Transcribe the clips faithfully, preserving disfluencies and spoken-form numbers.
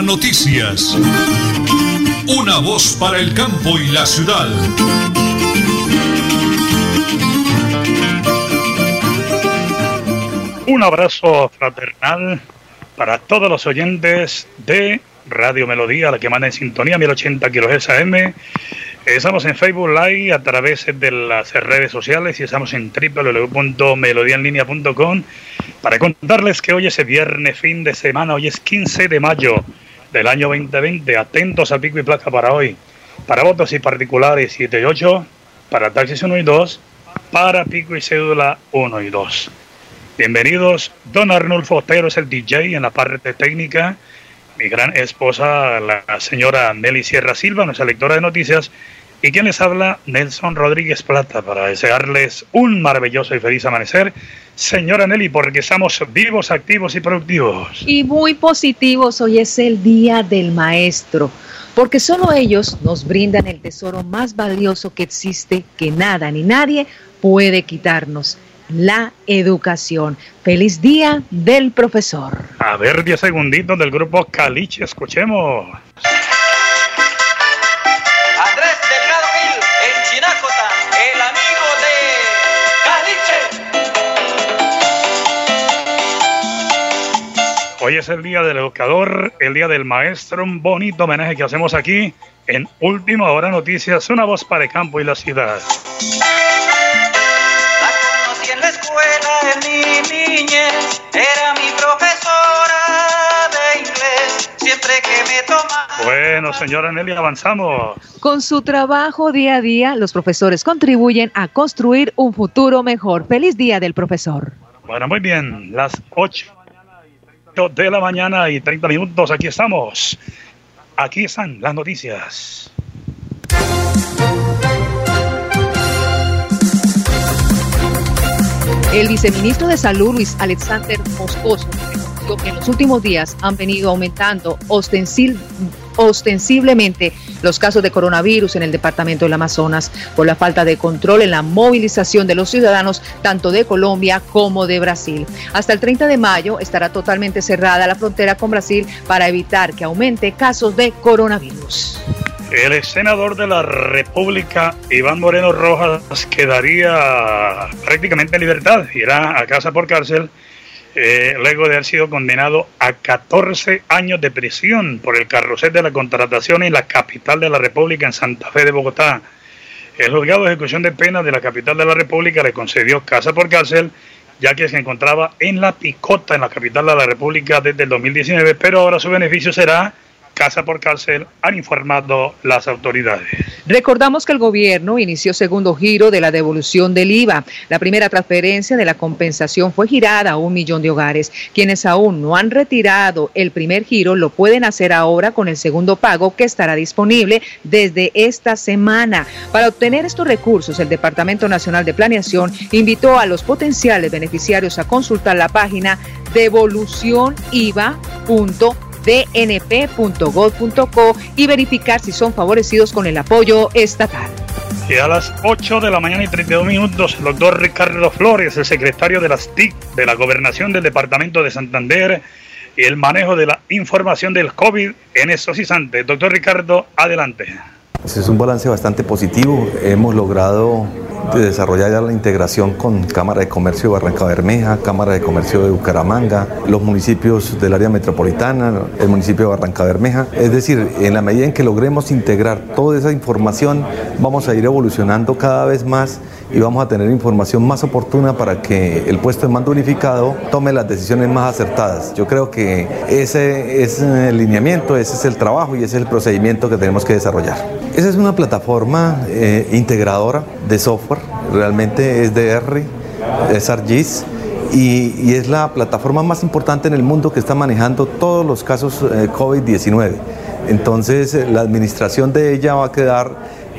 noticias. Una voz para el campo y la ciudad. Un abrazo fraternal para todos los oyentes de Radio Melodía, la que manda en sintonía mil ochenta kilohertz A M. Estamos en Facebook Live a través de las redes sociales y estamos en doble u doble u doble u punto melodía en línea punto com para contarles que hoy es viernes, fin de semana, hoy es quince de mayo del año veinte veinte. Atentos a pico y placa para hoy. Para votos y particulares siete y ocho, para taxis uno y dos, para pico y cédula uno y dos. Bienvenidos, don Arnulfo Otero es el D J en la parte técnica, mi gran esposa, la señora Nelly Sierra Silva, nuestra lectora de noticias, y quien les habla, Nelson Rodríguez Plata, para desearles un maravilloso y feliz amanecer. Señora Nelly, porque estamos vivos, activos y productivos. Y muy positivos, hoy es el Día del Maestro, porque solo ellos nos brindan el tesoro más valioso que existe, que nada ni nadie puede quitarnos: la educación. Feliz Día del Profesor. A ver, diez segunditos del grupo Caliche, escuchemos. Andrés Delgado Gil, en Chinácota, el amigo de Caliche. Hoy es el Día del Educador, el Día del Maestro, un bonito homenaje que hacemos aquí en Última Hora Noticias, una voz para el campo y la ciudad. En la escuela en mi niñez, era mi profesora de inglés, siempre que me tomaba. Bueno, señora Nelly, avanzamos. Con su trabajo día a día, los profesores contribuyen a construir un futuro mejor. Feliz Día del Profesor. Bueno, muy bien, las ocho de la mañana y treinta minutos, aquí estamos. Aquí están las noticias. El viceministro de Salud, Luis Alexander Moscoso, reconoció que en los últimos días han venido aumentando ostensil, ostensiblemente los casos de coronavirus en el departamento del Amazonas por la falta de control en la movilización de los ciudadanos tanto de Colombia como de Brasil. Hasta el treinta de mayo estará totalmente cerrada la frontera con Brasil para evitar que aumente casos de coronavirus. El senador de la República, Iván Moreno Rojas, quedaría prácticamente en libertad, irá a casa por cárcel, eh, luego de haber sido condenado a catorce años de prisión por el carrusel de la contratación en la capital de la República, en Santa Fe de Bogotá. El juzgado de ejecución de penas de la capital de la República le concedió casa por cárcel, ya que se encontraba en La Picota, en la capital de la República, desde el dos mil diecinueve, pero ahora su beneficio será casa por cárcel, han informado las autoridades. Recordamos que el gobierno inició segundo giro de la devolución del I V A. La primera transferencia de la compensación fue girada a un millón de hogares. Quienes aún no han retirado el primer giro lo pueden hacer ahora con el segundo pago, que estará disponible desde esta semana. Para obtener estos recursos, el Departamento Nacional de Planeación invitó a los potenciales beneficiarios a consultar la página devolución i v a punto d n p punto gov punto co y verificar si son favorecidos con el apoyo estatal. Y a las ocho de la mañana y treinta y dos minutos, el doctor Ricardo Flores, el secretario de las T I C de la Gobernación del Departamento de Santander, y el manejo de la información del COVID en estos instantes. Doctor Ricardo, adelante. Es un balance bastante positivo. Hemos logrado desarrollar ya la integración con Cámara de Comercio de Barrancabermeja, Cámara de Comercio de Bucaramanga, los municipios del área metropolitana, el municipio de Barrancabermeja. Es decir, en la medida en que logremos integrar toda esa información, vamos a ir evolucionando cada vez más y vamos a tener información más oportuna para que el puesto de mando unificado tome las decisiones más acertadas. Yo creo que ese es el lineamiento, ese es el trabajo y ese es el procedimiento que tenemos que desarrollar. Esa es una plataforma eh, integradora de software, realmente es de R, es ArcGIS, y, y es la plataforma más importante en el mundo que está manejando todos los casos eh, COVID diecinueve. Entonces, la administración de ella va a quedar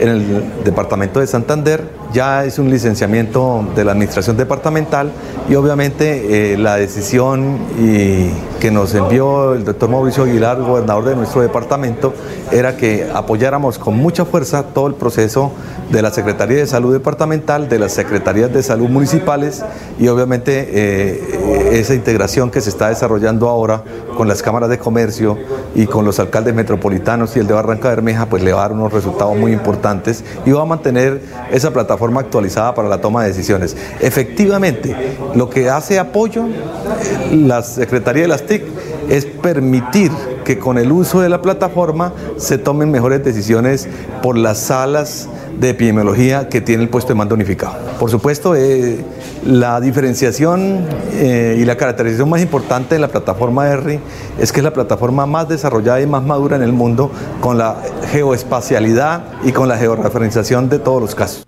en el departamento de Santander, ya es un licenciamiento de la administración departamental y obviamente eh, la decisión y que nos envió el doctor Mauricio Aguilar, gobernador de nuestro departamento, era que apoyáramos con mucha fuerza todo el proceso de la Secretaría de Salud Departamental, de las Secretarías de Salud Municipales y obviamente eh, esa integración que se está desarrollando ahora con las cámaras de comercio y con los alcaldes metropolitanos y el de Barranca Bermeja, pues le va a dar unos resultados muy importantes y va a mantener esa plataforma actualizada para la toma de decisiones. Efectivamente, lo que hace apoyo la Secretaría de las T I C es permitir que con el uso de la plataforma se tomen mejores decisiones por las salas de epidemiología que tiene el puesto de mando unificado. Por supuesto, eh, la diferenciación eh, y la caracterización más importante de la plataforma E R R I es que es la plataforma más desarrollada y más madura en el mundo con la geoespacialidad y con la georreferenciación de todos los casos.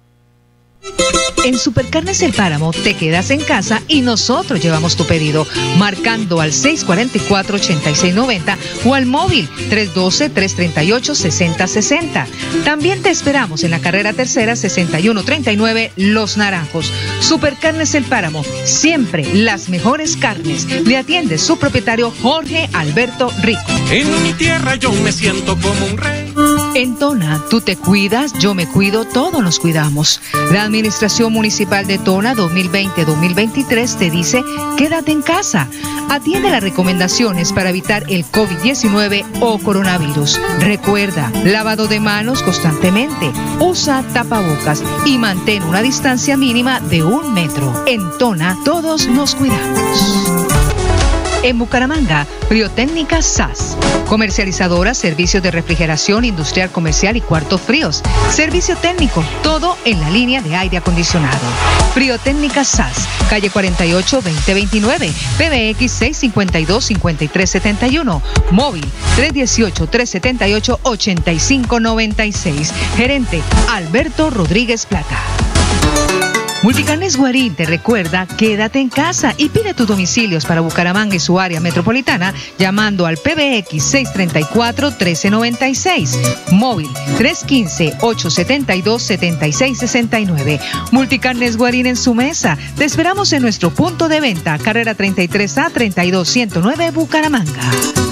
En Supercarnes El Páramo te quedas en casa y nosotros llevamos tu pedido marcando al seis cuatro cuatro, ocho seis nueve cero o al móvil tres uno dos, tres tres ocho, seis cero seis cero. También te esperamos en la carrera tercera sesenta y uno treinta y nueve Los Naranjos. Supercarnes El Páramo, siempre las mejores carnes. Le atiende su propietario Jorge Alberto Rico. En mi tierra yo me siento como un rey. En Tona, tú te cuidas, yo me cuido, todos nos cuidamos. La Administración Municipal de Tona dos mil veinte a dos mil veintitrés te dice, quédate en casa. Atiende las recomendaciones para evitar el COVID diecinueve o coronavirus. Recuerda, lavado de manos constantemente, usa tapabocas y mantén una distancia mínima de un metro. En Tona, todos nos cuidamos. En Bucaramanga, Friotécnica S A S. Comercializadora, servicios de refrigeración industrial comercial y cuartos fríos. Servicio técnico, todo en la línea de aire acondicionado. Friotécnica S A S, calle cuarenta y ocho, veinte veintinueve, P B X seis cinco dos, cinco tres siete uno, móvil tres uno ocho, tres siete ocho, ocho cinco nueve seis. Gerente Alberto Rodríguez Plata. Multicarnes Guarín te recuerda, quédate en casa y pide tus domicilios para Bucaramanga y su área metropolitana llamando al P B X seis tres cuatro, uno tres nueve seis, móvil tres uno cinco, ocho siete dos, siete seis seis nueve. Multicarnes Guarín en su mesa. Te esperamos en nuestro punto de venta, carrera treinta y tres A, treinta y dos ciento nueve, Bucaramanga.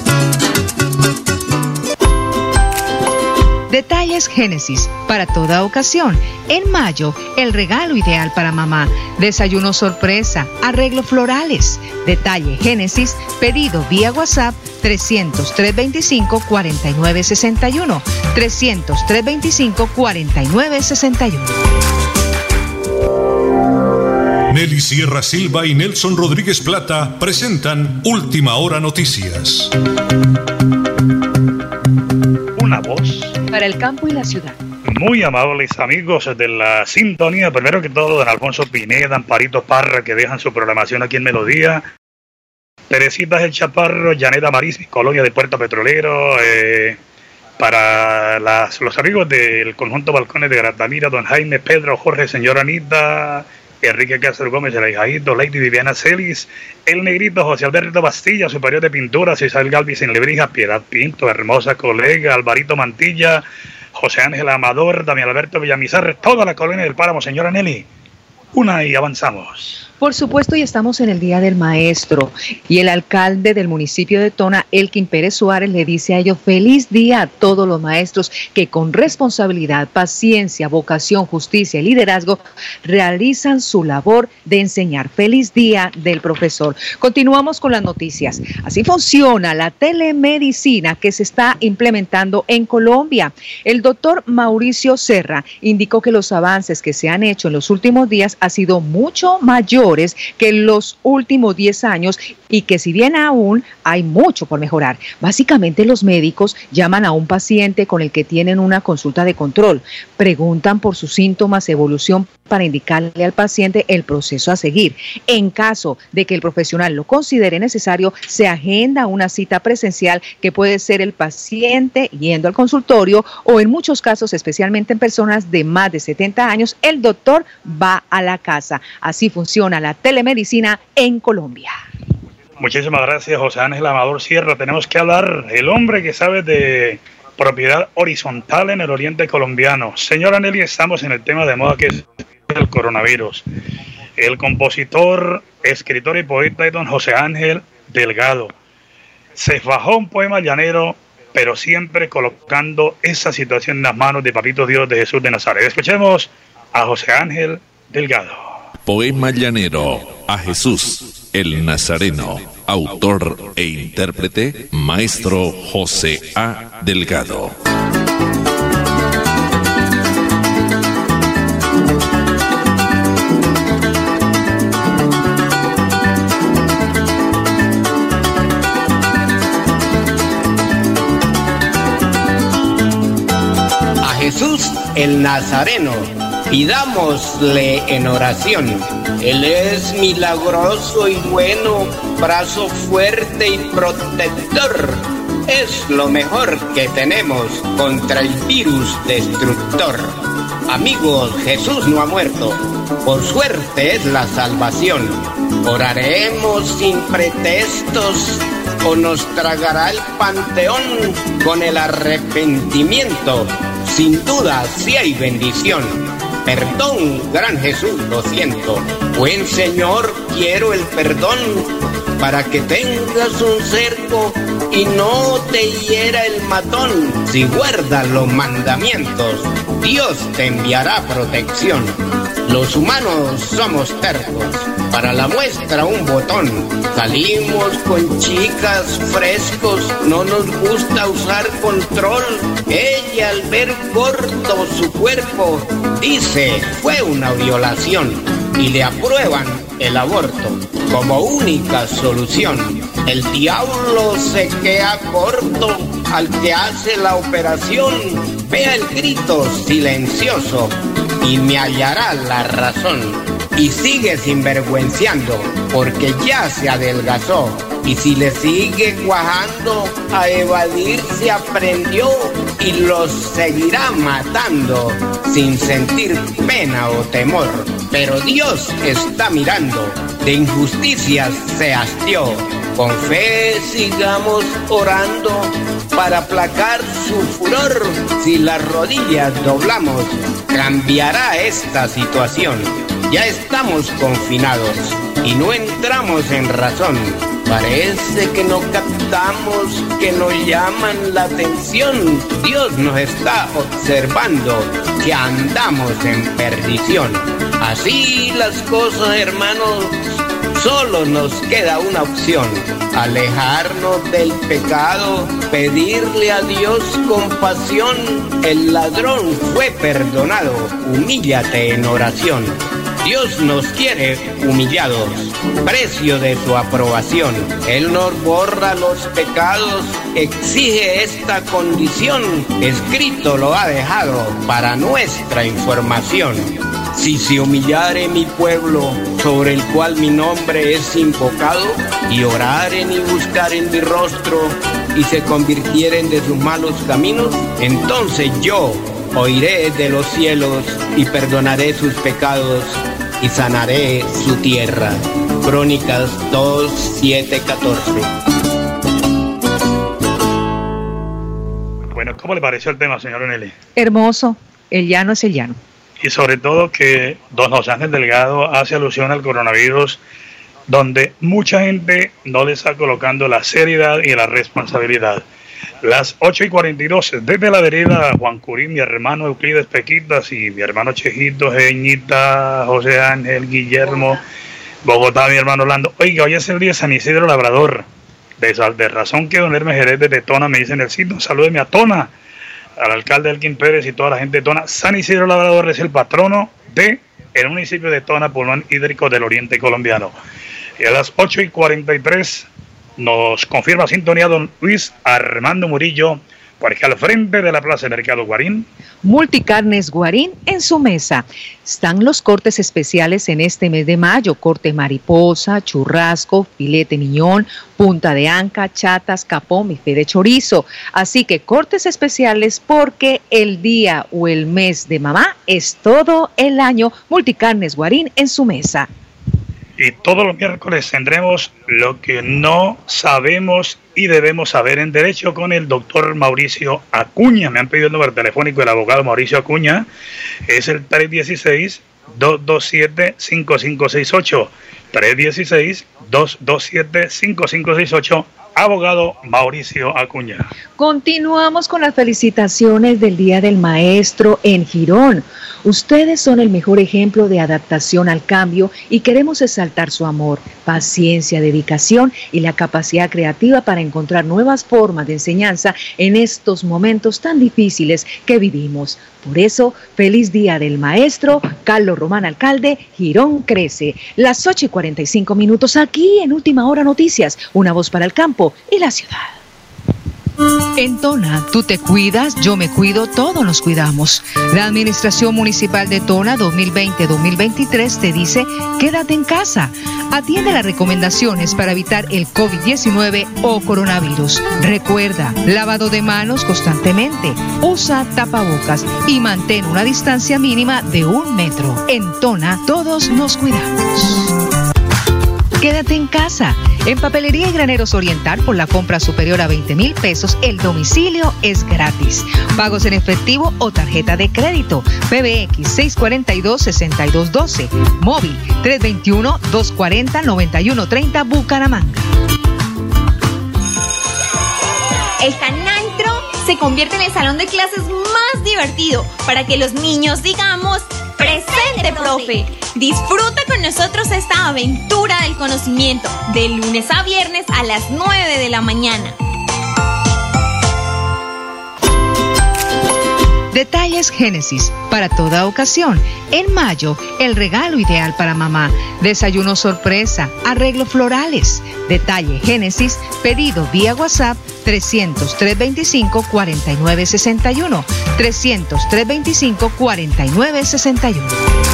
Detalles Génesis, para toda ocasión. En mayo, el regalo ideal para mamá. Desayuno sorpresa, arreglos florales. Detalle Génesis, pedido vía WhatsApp trescientos, trescientos veinticinco, cuarenta y nueve sesenta y uno. trescientos, trescientos veinticinco, cuarenta y nueve sesenta y uno. Nelly Sierra Silva y Nelson Rodríguez Plata presentan Última Hora Noticias. Una voz para el campo y la ciudad. Muy amables amigos de la sintonía. Primero que todo, don Alfonso Pineda, Amparito Parra, que dejan su programación aquí en Melodía. Teresitas El Chaparro, Yaneda Maris, Colonia de Puerto Petrolero. Eh, para las, los amigos del conjunto Balcones de Gratamira, don Jaime, Pedro, Jorge, señora Anita, Enrique Castro Gómez, el Hijadito, Lady Viviana Celis, el Negrito, José Alberto Bastilla, superior de pinturas, Isabel Galvis en Lebrija, Piedad Pinto, hermosa colega, Alvarito Mantilla, José Ángel Amador, Damián Alberto Villamizar, toda la colonia del Páramo, señora Nelly. Una y avanzamos. Por supuesto, y estamos en el Día del Maestro, y el alcalde del municipio de Tona, Elkin Pérez Suárez, le dice a ellos, feliz día a todos los maestros que con responsabilidad, paciencia, vocación, justicia y liderazgo realizan su labor de enseñar. Feliz día del profesor. Continuamos con las noticias. Así funciona la telemedicina que se está implementando en Colombia. El doctor Mauricio Serra indicó que los avances que se han hecho en los últimos días han sido mucho mayores que en los últimos diez años y que si bien aún hay mucho por mejorar. Básicamente los médicos llaman a un paciente con el que tienen una consulta de control, preguntan por sus síntomas, evolución para indicarle al paciente el proceso a seguir. En caso de que el profesional lo considere necesario, se agenda una cita presencial que puede ser el paciente yendo al consultorio o en muchos casos, especialmente en personas de más de setenta años, el doctor va a la casa. Así funciona la telemedicina en Colombia. Muchísimas gracias, José Ángel Amador Sierra. Tenemos que hablar, el hombre que sabe de propiedad horizontal en el oriente colombiano. Señora Nelly, estamos en el tema de moda que es el coronavirus. El compositor, escritor y poeta don José Ángel Delgado se fajó un poema llanero, pero siempre colocando esa situación en las manos de Papito Dios de Jesús de Nazaret. Escuchemos a José Ángel Delgado. Poema llanero a Jesús el Nazareno. Autor e intérprete, maestro José A. Delgado. A Jesús el Nazareno, pidámosle en oración. Él es milagroso y bueno, brazo fuerte y protector. Es lo mejor que tenemos contra el virus destructor. Amigos, Jesús no ha muerto, por suerte es la salvación. Oraremos sin pretextos o nos tragará el panteón con el arrepentimiento. Sin duda, sí hay bendición. Perdón, gran Jesús, lo siento. Buen Señor, quiero el perdón para que tengas un cerco y no te hiera el matón. Si guardas los mandamientos, Dios te enviará protección. Los humanos somos tercos, para la muestra un botón. Salimos con chicas frescos, no nos gusta usar control. Ella al ver corto su cuerpo dice fue una violación y le aprueban el aborto como única solución. El diablo se queda corto al que hace la operación. Vea el grito silencioso y me hallará la razón. Y sigue sinvergüenciando porque ya se adelgazó. Y si le sigue cuajando, a evadirse aprendió y los seguirá matando sin sentir pena o temor. Pero Dios está mirando, de injusticias se hastió. Con fe sigamos orando para aplacar su furor. Si las rodillas doblamos, cambiará esta situación. Ya estamos confinados y no entramos en razón. Parece que no captamos que nos llaman la atención. Dios nos está observando que andamos en perdición. Así las cosas, hermanos, solo nos queda una opción: alejarnos del pecado, pedirle a Dios compasión. El ladrón fue perdonado, humíllate en oración. Dios nos quiere humillados, precio de su aprobación. Él nos borra los pecados, exige esta condición. Escrito lo ha dejado para nuestra información. Si se humillare mi pueblo, sobre el cual mi nombre es invocado, y oraren y buscaren mi rostro, y se convirtieren de sus malos caminos, entonces yo oiré de los cielos y perdonaré sus pecados y sanaré su tierra. Crónicas dos, siete, catorce. Bueno, ¿cómo le pareció el tema, señor Nelly? Hermoso, el llano es el llano. Y sobre todo que don José Ángel Delgado hace alusión al coronavirus, donde mucha gente no le está colocando la seriedad y la responsabilidad. Las ocho y cuarenta y dos, desde la vereda Juan Curí, mi hermano Euclides Pequitas y mi hermano Chejito, Jeñita, José Ángel, Guillermo, Bogotá, mi hermano Orlando. Oiga, hoy es el día de San Isidro Labrador. De, de razón que don Hermes Jerez de Tona me dice en el sitio, salúdeme a Tona, al alcalde Elkin Pérez y toda la gente de Tona. San Isidro Labrador es el patrono de el municipio de Tona, pulmón hídrico del oriente colombiano. Y a las ocho y cuarenta y tres nos confirma sintonía don Luis Armando Murillo, por aquí al frente de la Plaza de Mercado Guarín. Multicarnes Guarín en su mesa. Están los cortes especiales en este mes de mayo: corte mariposa, churrasco, filete miñón, punta de anca, chatas, capón, bife de chorizo. Así que cortes especiales porque el día o el mes de mamá es todo el año. Multicarnes Guarín en su mesa. Y todos los miércoles tendremos lo que no sabemos y debemos saber en derecho con el doctor Mauricio Acuña. Me han pedido el número telefónico del abogado Mauricio Acuña. Es el tres uno seis, dos dos siete, cinco cinco seis ocho. tres uno seis, dos dos siete, cinco cinco seis ocho. Abogado Mauricio Acuña. Continuamos con las felicitaciones del Día del Maestro en Girón. Ustedes son el mejor ejemplo de adaptación al cambio y queremos exaltar su amor, paciencia, dedicación y la capacidad creativa para encontrar nuevas formas de enseñanza en estos momentos tan difíciles que vivimos. Por eso, feliz Día del Maestro. Carlos Román, alcalde, Girón crece. Las ocho y cuarenta y cinco minutos aquí en Última Hora Noticias, una voz para el campo y la ciudad. En Tona, tú te cuidas, yo me cuido, todos nos cuidamos. La Administración Municipal de Tona dos mil veinte dos mil veintitrés te dice, quédate en casa. Atiende las recomendaciones para evitar el COVID diecinueve o coronavirus. Recuerda, lavado de manos constantemente, usa tapabocas y mantén una distancia mínima de un metro. En Tona, todos nos cuidamos. Quédate en casa. En Papelería y Graneros Oriental, por la compra superior a veinte mil pesos, el domicilio es gratis. Pagos en efectivo o tarjeta de crédito. P B X seis cuatro dos, seis dos uno dos. Móvil tres dos uno, dos cuatro cero, nueve uno tres cero, Bucaramanga. El Canantro se convierte en el salón de clases más divertido para que los niños digamos ¡presente, profe! Disfruta con nosotros esta aventura del conocimiento, de lunes a viernes a las nueve de la mañana. Detalles Génesis, para toda ocasión. En mayo, el regalo ideal para mamá. Desayuno sorpresa, arreglos florales. Detalle Génesis, pedido vía WhatsApp trescientos, trescientos veinticinco, cuarenta y nueve sesenta y uno. trescientos, trescientos veinticinco, cuarenta y nueve sesenta y uno.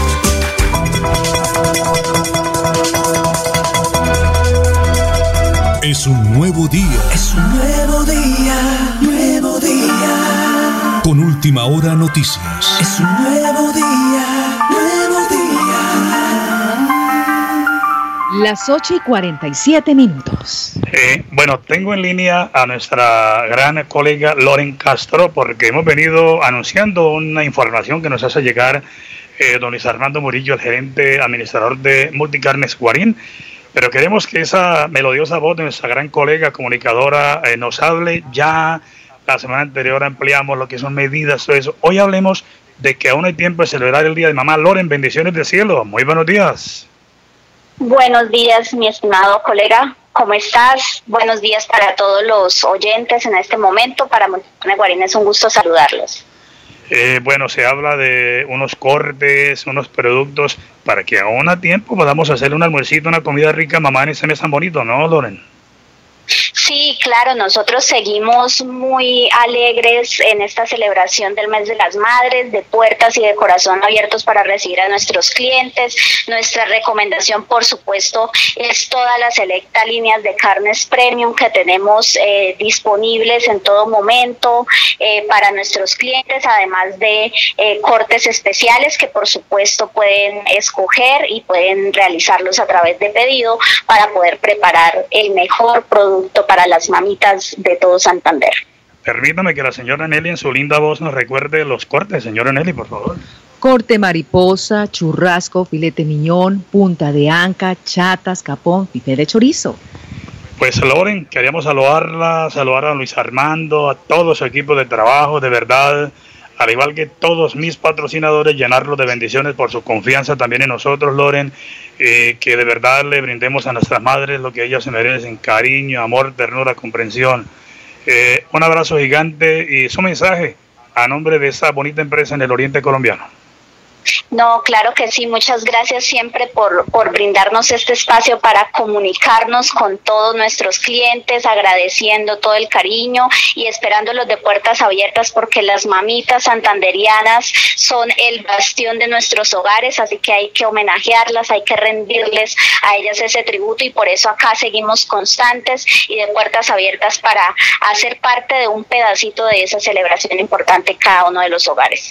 Es un nuevo día. Es un nuevo día, nuevo día. Con Última Hora Noticias. Es un nuevo día, nuevo día. Las ocho y cuarenta y siete minutos. Eh, bueno, tengo en línea a nuestra gran colega Loren Castro, porque hemos venido anunciando una información que nos hace llegar eh, don Luis Armando Murillo, el gerente administrador de Multicarnes Guarín. Pero queremos que esa melodiosa voz de nuestra gran colega comunicadora eh, nos hable. Ya la semana anterior ampliamos lo que son medidas, todo eso. Hoy hablemos de que aún hay tiempo de celebrar el Día de Mamá. Loren, bendiciones del cielo. Muy buenos días. Buenos días, mi estimado colega. ¿Cómo estás? Buenos días para todos los oyentes en este momento. Para Multicarnes Guarín es un gusto saludarlos. Eh, bueno, se habla de unos cortes, unos productos, para que aún a tiempo podamos hacer un almuercito, una comida rica, mamá, en ese mes tan bonito, ¿no, Loren? Sí, claro, nosotros seguimos muy alegres en esta celebración del mes de las madres, de puertas y de corazón abiertos para recibir a nuestros clientes. Nuestra recomendación, por supuesto, es todas las selectas líneas de carnes premium que tenemos eh, disponibles en todo momento eh, para nuestros clientes, además de eh, cortes especiales que por supuesto pueden escoger y pueden realizarlos a través de pedido para poder preparar el mejor producto para las mamitas de todo Santander. Permítame que la señora Nelly en su linda voz nos recuerde los cortes. Señora Nelly, por favor. Corte mariposa, churrasco, filete miñón, punta de anca, chatas, capón, pipé de chorizo. Pues Loren, queríamos saludarla, saludar a Luis Armando, a todo su equipo de trabajo, de verdad, al igual que todos mis patrocinadores, llenarlos de bendiciones por su confianza también en nosotros, Loren, eh, que de verdad le brindemos a nuestras madres lo que ellas se merecen, cariño, amor, ternura, comprensión. Eh, un abrazo gigante y su mensaje a nombre de esta bonita empresa en el oriente colombiano. No, claro que sí, muchas gracias siempre por, por brindarnos este espacio para comunicarnos con todos nuestros clientes, agradeciendo todo el cariño y esperándolos de puertas abiertas, porque las mamitas santanderianas son el bastión de nuestros hogares, así que hay que homenajearlas, hay que rendirles a ellas ese tributo, y por eso acá seguimos constantes y de puertas abiertas para hacer parte de un pedacito de esa celebración importante en cada uno de los hogares.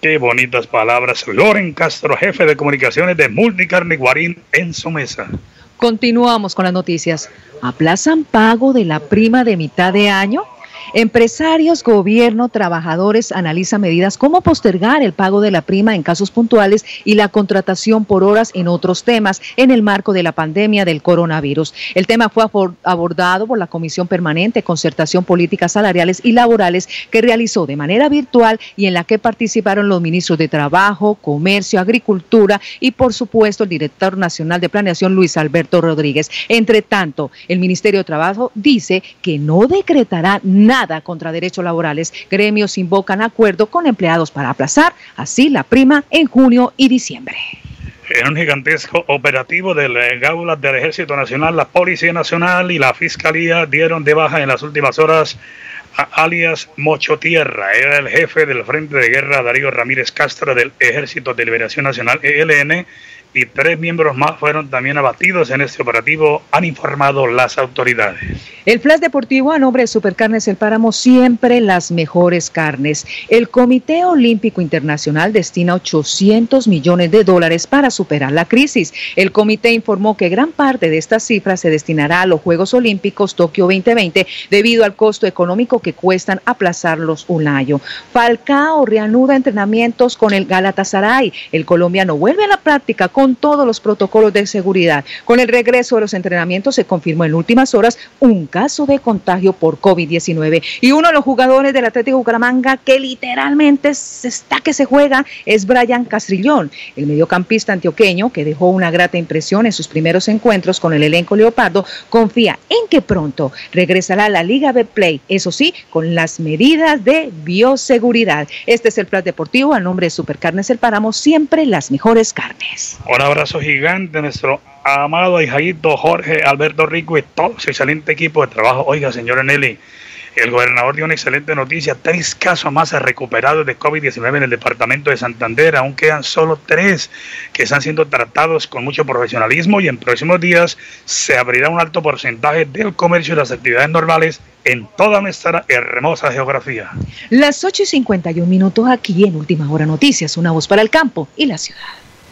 Qué bonitas palabras. Loren Castro, jefe de comunicaciones de Multicarne Guarín, en su mesa. Continuamos con las noticias. ¿Aplazan pago de la prima de mitad de año? Empresarios, gobierno, trabajadores analizan medidas como postergar el pago de la prima en casos puntuales y la contratación por horas en otros temas en el marco de la pandemia del coronavirus. El tema fue abordado por la Comisión Permanente de Concertación Políticas Salariales y Laborales, que realizó de manera virtual y en la que participaron los ministros de Trabajo, Comercio, Agricultura y, por supuesto, el director nacional de Planeación, Luis Alberto Rodríguez. Entre tanto, el Ministerio de Trabajo dice que no decretará nada contra derechos laborales. Gremios invocan acuerdo con empleados para aplazar así la prima en junio y diciembre. En un gigantesco operativo del Gaulas del Ejército Nacional, la Policía Nacional y la Fiscalía dieron de baja en las últimas horas a alias Mocho Tierra. Era el jefe del Frente de Guerra, Darío Ramírez Castro, del Ejército de Liberación Nacional, E L N, y tres miembros más fueron también abatidos en este operativo, han informado las autoridades. El Flash Deportivo, a nombre de Supercarnes El Páramo, siempre las mejores carnes. El Comité Olímpico Internacional destina ochocientos millones de dólares para superar la crisis. El comité informó que gran parte de estas cifras se destinará a los Juegos Olímpicos Tokio veinte veinte debido al costo económico que cuestan aplazarlos un año. Falcao reanuda entrenamientos con el Galatasaray. El colombiano vuelve a la práctica con con todos los protocolos de seguridad. Con el regreso de los entrenamientos se confirmó en últimas horas un caso de contagio por COVID diecinueve. Y uno de los jugadores del Atlético Bucaramanga que literalmente se está que se juega es Brian Castrillón, el mediocampista antioqueño que dejó una grata impresión en sus primeros encuentros con el elenco leopardo. Confía en que pronto regresará a la Liga Betplay, eso sí, con las medidas de bioseguridad. Este es el Flash Deportivo, a nombre de Supercarnes El Páramo, siempre las mejores carnes. Un abrazo gigante a nuestro amado ahijadito Jorge Alberto Rico y todo su excelente equipo de trabajo. Oiga, señora Nelly, el gobernador dio una excelente noticia. Tres casos más recuperados de COVID diecinueve en el departamento de Santander. Aún quedan solo tres que están siendo tratados con mucho profesionalismo y en próximos días se abrirá un alto porcentaje del comercio y las actividades normales en toda nuestra hermosa geografía. Las ocho y cincuenta y un minutos aquí en Última Hora Noticias, una voz para el campo y la ciudad.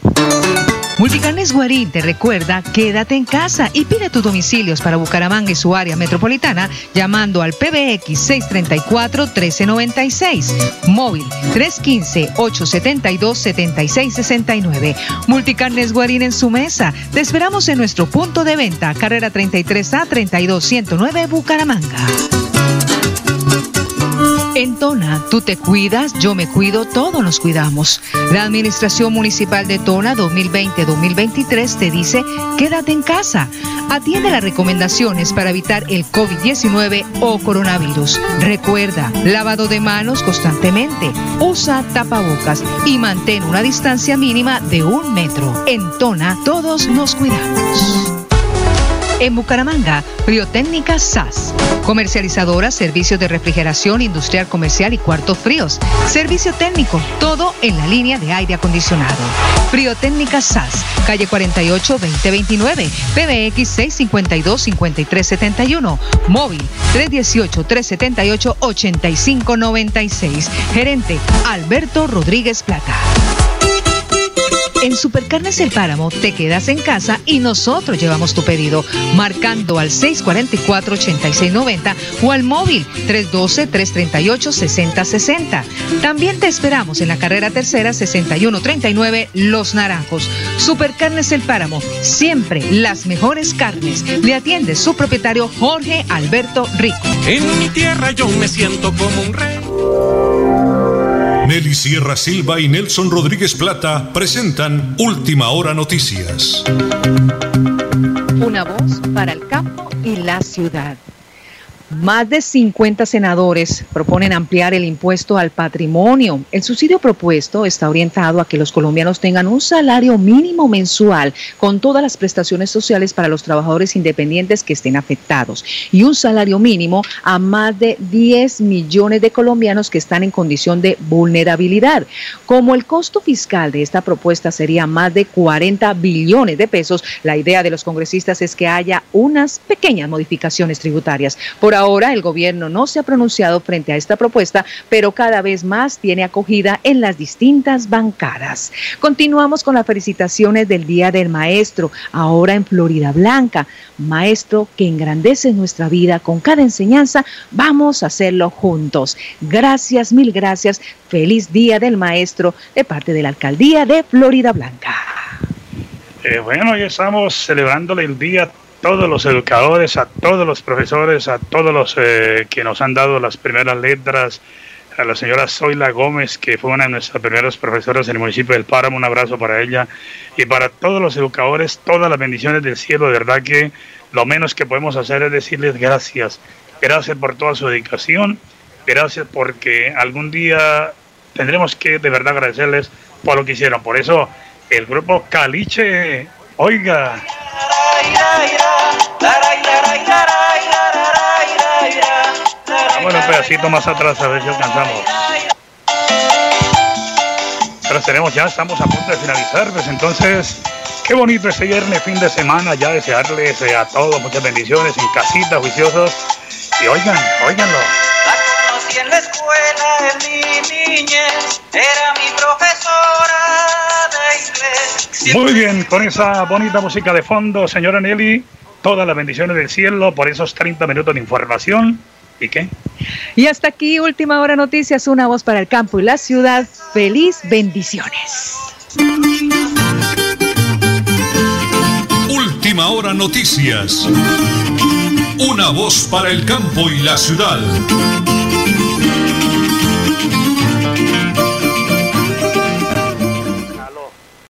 Multicarnes Guarín te recuerda, quédate en casa y pide tus domicilios para Bucaramanga y su área metropolitana llamando al P B X seis tres cuatro, uno tres nueve seis, móvil tres uno cinco, ocho siete dos, siete seis seis nueve. Multicarnes Guarín en su mesa. Te esperamos en nuestro punto de venta, carrera treinta y tres A treinta y dos ciento nueve, Bucaramanga. En Tona, tú te cuidas, yo me cuido, todos nos cuidamos. La Administración Municipal de Tona dos mil veinte a dos mil veintitrés te dice, quédate en casa. Atiende las recomendaciones para evitar el COVID diecinueve o coronavirus. Recuerda, lavado de manos constantemente, usa tapabocas y mantén una distancia mínima de un metro. En Tona, todos nos cuidamos. En Bucaramanga, Friotécnica S A S, comercializadora, servicios de refrigeración industrial comercial y cuartos fríos. Servicio técnico, todo en la línea de aire acondicionado. Friotécnica S A S, calle cuarenta y ocho, veinte veintinueve, P B X seis cinco dos, cinco tres siete uno, móvil tres uno ocho, tres siete ocho, ocho cinco nueve seis. Gerente Alberto Rodríguez Plata. En Supercarnes El Páramo te quedas en casa y nosotros llevamos tu pedido, marcando al seis cuatro cuatro, ocho seis nueve cero o al móvil tres uno dos, tres tres ocho, seis cero seis cero. También te esperamos en la carrera tercera sesenta y uno treinta y nueve, Los Naranjos. Supercarnes El Páramo, siempre las mejores carnes. Le atiende su propietario Jorge Alberto Rico. En mi tierra yo me siento como un rey. Nelly Sierra Silva y Nelson Rodríguez Plata presentan Última Hora Noticias. Una voz para el campo y la ciudad. Más de cincuenta senadores proponen ampliar el impuesto al patrimonio. El subsidio propuesto está orientado a que los colombianos tengan un salario mínimo mensual con todas las prestaciones sociales para los trabajadores independientes que estén afectados y un salario mínimo a más de diez millones de colombianos que están en condición de vulnerabilidad. Como el costo fiscal de esta propuesta sería más de cuarenta billones de pesos, la idea de los congresistas es que haya unas pequeñas modificaciones tributarias. Por ahora el gobierno no se ha pronunciado frente a esta propuesta, pero cada vez más tiene acogida en las distintas bancadas. Continuamos con las felicitaciones del Día del Maestro, ahora en Florida Blanca. Maestro que engrandece nuestra vida con cada enseñanza, vamos a hacerlo juntos. Gracias, mil gracias. Feliz Día del Maestro de parte de la Alcaldía de Florida Blanca. Eh, bueno, ya estamos celebrándole el día a todos los educadores, a todos los profesores, a todos los eh, que nos han dado las primeras letras, a la señora Zoila Gómez, que fue una de nuestras primeras profesoras en el municipio del Páramo, un abrazo para ella, y para todos los educadores, todas las bendiciones del cielo. De verdad que lo menos que podemos hacer es decirles gracias, gracias por toda su dedicación, gracias porque algún día tendremos que de verdad agradecerles por lo que hicieron. Por eso el grupo Caliche, oiga. Bueno, un pedacito más atrás a ver si alcanzamos. Pero tenemos ya, estamos a punto de finalizar, pues entonces, qué bonito este viernes, fin de semana, ya desearles eh, a todos muchas bendiciones en casita, juiciosos, y oigan, oiganlo. La conocí en la escuela en mi niñez, era mi profesora de inglés. Muy bien, con esa bonita música de fondo, señora Nelly, todas las bendiciones del cielo por esos treinta minutos de información. ¿Y qué? Y hasta aquí, Última Hora Noticias, una voz para el campo y la ciudad. Feliz bendiciones. Última Hora Noticias. Una voz para el campo y la ciudad.